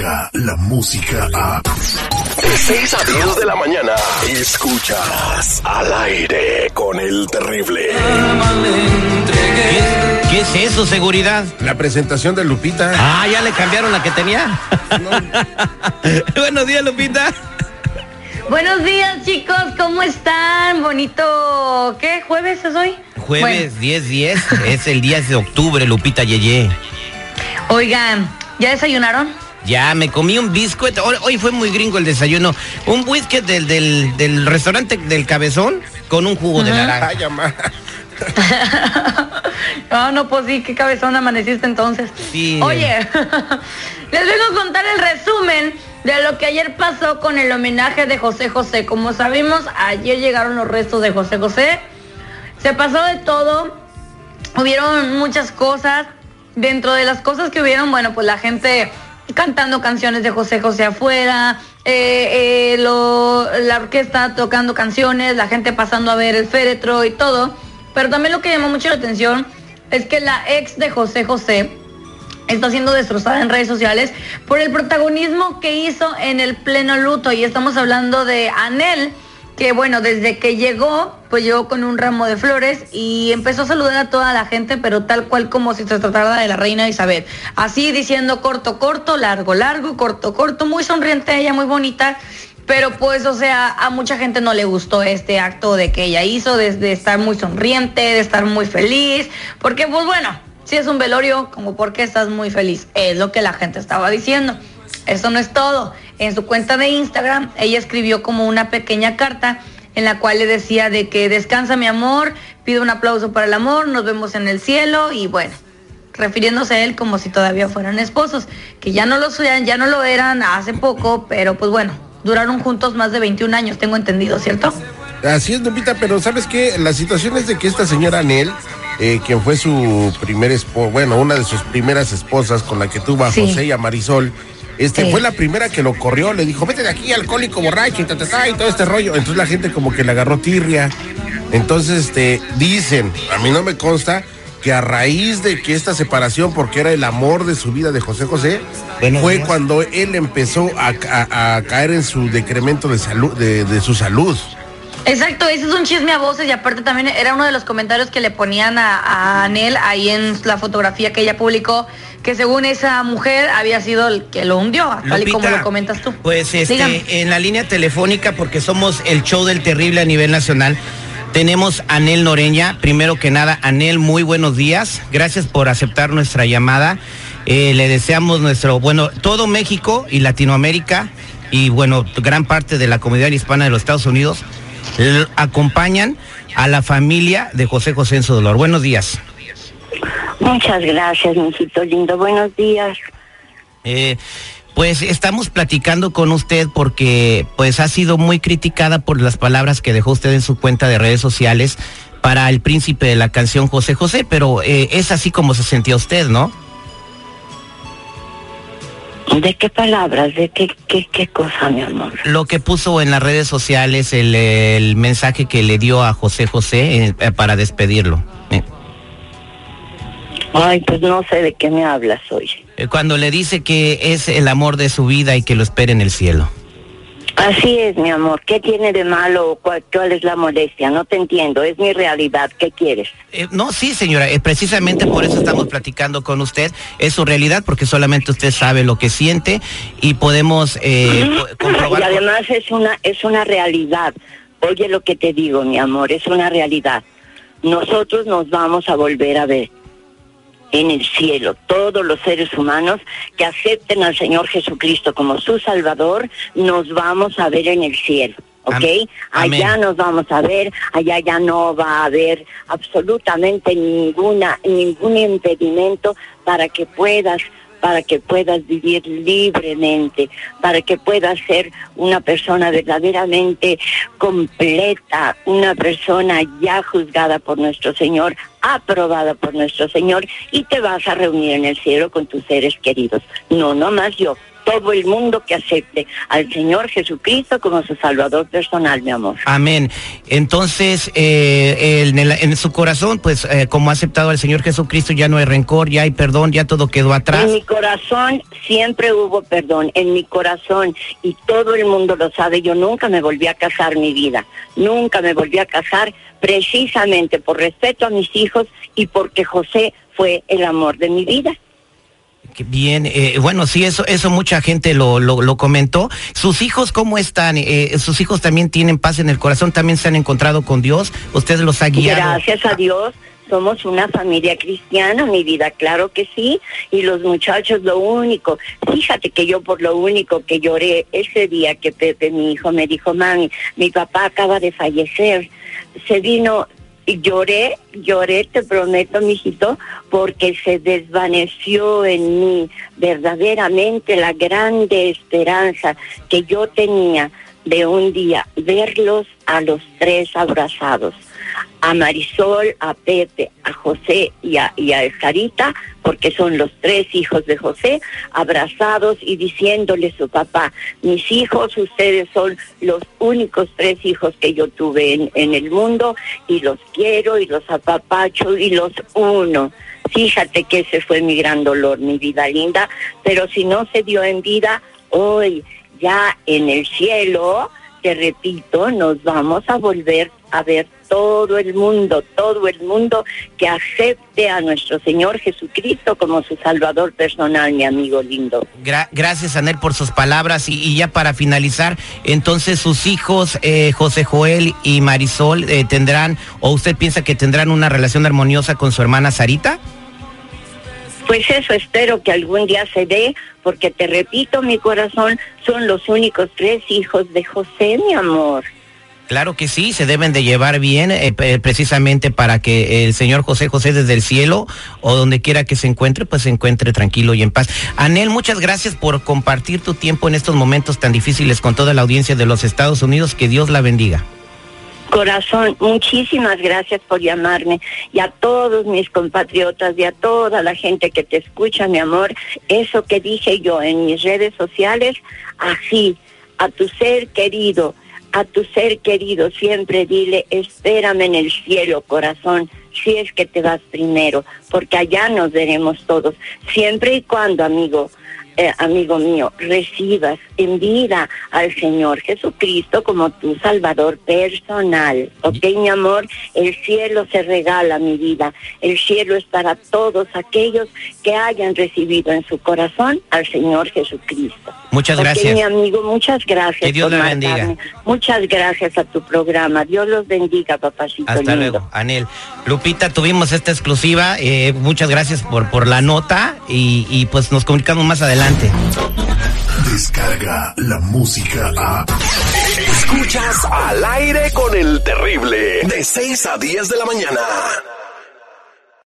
llega la música a... De 6 a 10 de la mañana, escuchas Al Aire con el Terrible. ¿Qué es eso, seguridad? La presentación de Lupita. Ah, ya le cambiaron la que tenía. No. Buenos días, Lupita. Buenos días, chicos, ¿cómo están? Bonito, ¿qué? ¿Jueves es hoy? Jueves 10-10, es el 10 de octubre, Lupita Yeye. Oigan, ¿ya desayunaron? Ya, me comí un biscuit, hoy fue muy gringo el desayuno. Un biscuit del restaurante del Cabezón con un jugo de naranja. Ay, amá. No, pues sí, qué cabezón amaneciste entonces. Sí. Oye, les vengo a contar el resumen de lo que ayer pasó con el homenaje de José José. Como sabemos, ayer llegaron los restos de José José. Se pasó de todo, hubieron muchas cosas. Dentro de las cosas que hubieron, bueno, pues la gente cantando canciones de José José afuera, la orquesta tocando canciones, la gente pasando a ver el féretro y todo. Pero también lo que llamó mucho la atención es que la ex de José José está siendo destrozada en redes sociales por el protagonismo que hizo en el pleno luto. Y estamos hablando de Anel, que bueno, desde que llegó, pues llegó con un ramo de flores y empezó a saludar a toda la gente, pero tal cual como si se tratara de la reina Isabel. Así diciendo corto, corto, largo, largo, corto, corto, muy sonriente ella, muy bonita. Pero pues, o sea, a mucha gente no le gustó este acto de que ella hizo, de estar muy sonriente, de estar muy feliz. Porque pues bueno, si es un velorio, como por qué estás muy feliz, es lo que la gente estaba diciendo. Eso no es todo. En su cuenta de Instagram, ella escribió como una pequeña carta en la cual le decía de que descansa mi amor, pido un aplauso para el amor, nos vemos en el cielo y bueno, refiriéndose a él como si todavía fueran esposos, que ya no lo eran hace poco, pero pues bueno, duraron juntos más de 21 años, tengo entendido, ¿cierto? Así es, Lupita, pero ¿sabes qué? La situación es de que esta señora Anel, quien fue su primer una de sus primeras esposas con la que tuvo a José y a Marisol, fue la primera que lo corrió, le dijo, vete de aquí, alcohólico, borracho, y todo este rollo. Entonces la gente como que le agarró tirria. Entonces, dicen, a mí no me consta, que a raíz de que esta separación, porque era el amor de su vida de José José, fue cuando él empezó a caer en su decremento de salud, de su salud. Exacto, ese es un chisme a voces y aparte también era uno de los comentarios que le ponían a Anel ahí en la fotografía que ella publicó, que según esa mujer había sido el que lo hundió, tal Lupita, y como lo comentas tú. Pues en la línea telefónica, porque somos el show del terrible a nivel nacional, tenemos a Anel Noreña. Primero que nada, Anel, muy buenos días, gracias por aceptar nuestra llamada. Le deseamos todo México y Latinoamérica y bueno, gran parte de la comunidad hispana de los Estados Unidos acompañan a la familia de José José en su dolor. Buenos días. Muchas gracias, mijito lindo. Buenos días. Pues estamos platicando con usted porque pues ha sido muy criticada por las palabras que dejó usted en su cuenta de redes sociales para el príncipe de la canción José José, pero es así como se sentía usted, ¿no? ¿De qué palabras? ¿De qué cosa, mi amor? Lo que puso en las redes sociales, el mensaje que le dio a José José para despedirlo. Ay, pues no sé de qué me hablas hoy. Cuando le dice que es el amor de su vida y que lo espere en el cielo. Así es, mi amor. ¿Qué tiene de malo? ¿Cuál es la molestia? No te entiendo. Es mi realidad. ¿Qué quieres? No, sí, señora. Precisamente por eso estamos platicando con usted. Es su realidad porque solamente usted sabe lo que siente y podemos comprobar. Y además es una realidad. Oye lo que te digo, mi amor. Es una realidad. Nosotros nos vamos a volver a ver en el cielo, todos los seres humanos que acepten al Señor Jesucristo como su Salvador, nos vamos a ver en el cielo, ¿ok? Allá nos vamos a ver, allá ya no va a haber absolutamente ningún impedimento para que puedas vivir libremente, para que puedas ser una persona verdaderamente completa, una persona ya juzgada por nuestro Señor, aprobada por nuestro Señor, y te vas a reunir en el cielo con tus seres queridos. No nomás yo, todo el mundo que acepte al Señor Jesucristo como su Salvador personal, mi amor. Amén. Entonces, en su corazón, pues, como ha aceptado al Señor Jesucristo, ya no hay rencor, ya hay perdón, ya todo quedó atrás. En mi corazón siempre hubo perdón, en mi corazón, y todo el mundo lo sabe. Yo nunca me volví a casar mi vida, nunca me volví a casar, precisamente por respeto a mis hijos y porque José fue el amor de mi vida. Bien, bueno, sí, eso mucha gente lo comentó. ¿Sus hijos cómo están? ¿Sus hijos también tienen paz en el corazón? ¿También se han encontrado con Dios? ¿Usted los ha guiado? Gracias a Dios, somos una familia cristiana, mi vida, claro que sí. Y los muchachos, lo único, fíjate que yo por lo único que lloré ese día que Pepe, mi hijo, me dijo, mami, mi papá acaba de fallecer, se vino... Y lloré, te prometo, mijito, porque se desvaneció en mí verdaderamente la grande esperanza que yo tenía de un día verlos a los tres abrazados. A Marisol, a Pepe, a José y a Sarita, porque son los tres hijos de José, abrazados y diciéndole su papá, mis hijos, ustedes son los únicos tres hijos que yo tuve en el mundo, y los quiero y los apapacho y los uno. Fíjate que ese fue mi gran dolor, mi vida linda, pero si no se dio en vida, hoy ya en el cielo, te repito, nos vamos a volver a ver todo el mundo que acepte a nuestro Señor Jesucristo como su Salvador personal, mi amigo lindo. Gracias, Anel, por sus palabras. Y ya para finalizar, entonces sus hijos, José Joel y Marisol, tendrán, o usted piensa que tendrán una relación armoniosa con su hermana Sarita? Pues eso espero que algún día se dé, porque te repito, mi corazón, son los únicos tres hijos de José, mi amor. Claro que sí, se deben de llevar bien, precisamente para que el señor José desde el cielo, o donde quiera que se encuentre, pues se encuentre tranquilo y en paz. Anel, muchas gracias por compartir tu tiempo en estos momentos tan difíciles con toda la audiencia de los Estados Unidos. Que Dios la bendiga. Corazón, muchísimas gracias por llamarme, y a todos mis compatriotas y a toda la gente que te escucha, mi amor, eso que dije yo en mis redes sociales, así, a tu ser querido, siempre dile, espérame en el cielo, corazón, si es que te vas primero, porque allá nos veremos todos, siempre y cuando, amigo mío, recibas en vida al Señor Jesucristo como tu Salvador personal, ¿ok, mi amor? El cielo se regala, mi vida, el cielo es para todos aquellos que hayan recibido en su corazón al Señor Jesucristo. Muchas gracias. Mi amigo, muchas gracias. Que Dios la bendiga. Muchas gracias a tu programa. Dios los bendiga, papacito. Hasta lindo. luego, Anel. Lupita, tuvimos esta exclusiva. Muchas gracias por la nota y pues nos comunicamos más adelante. Descarga la música a... Escuchas Al Aire con el Terrible, de 6 a 10 de la mañana.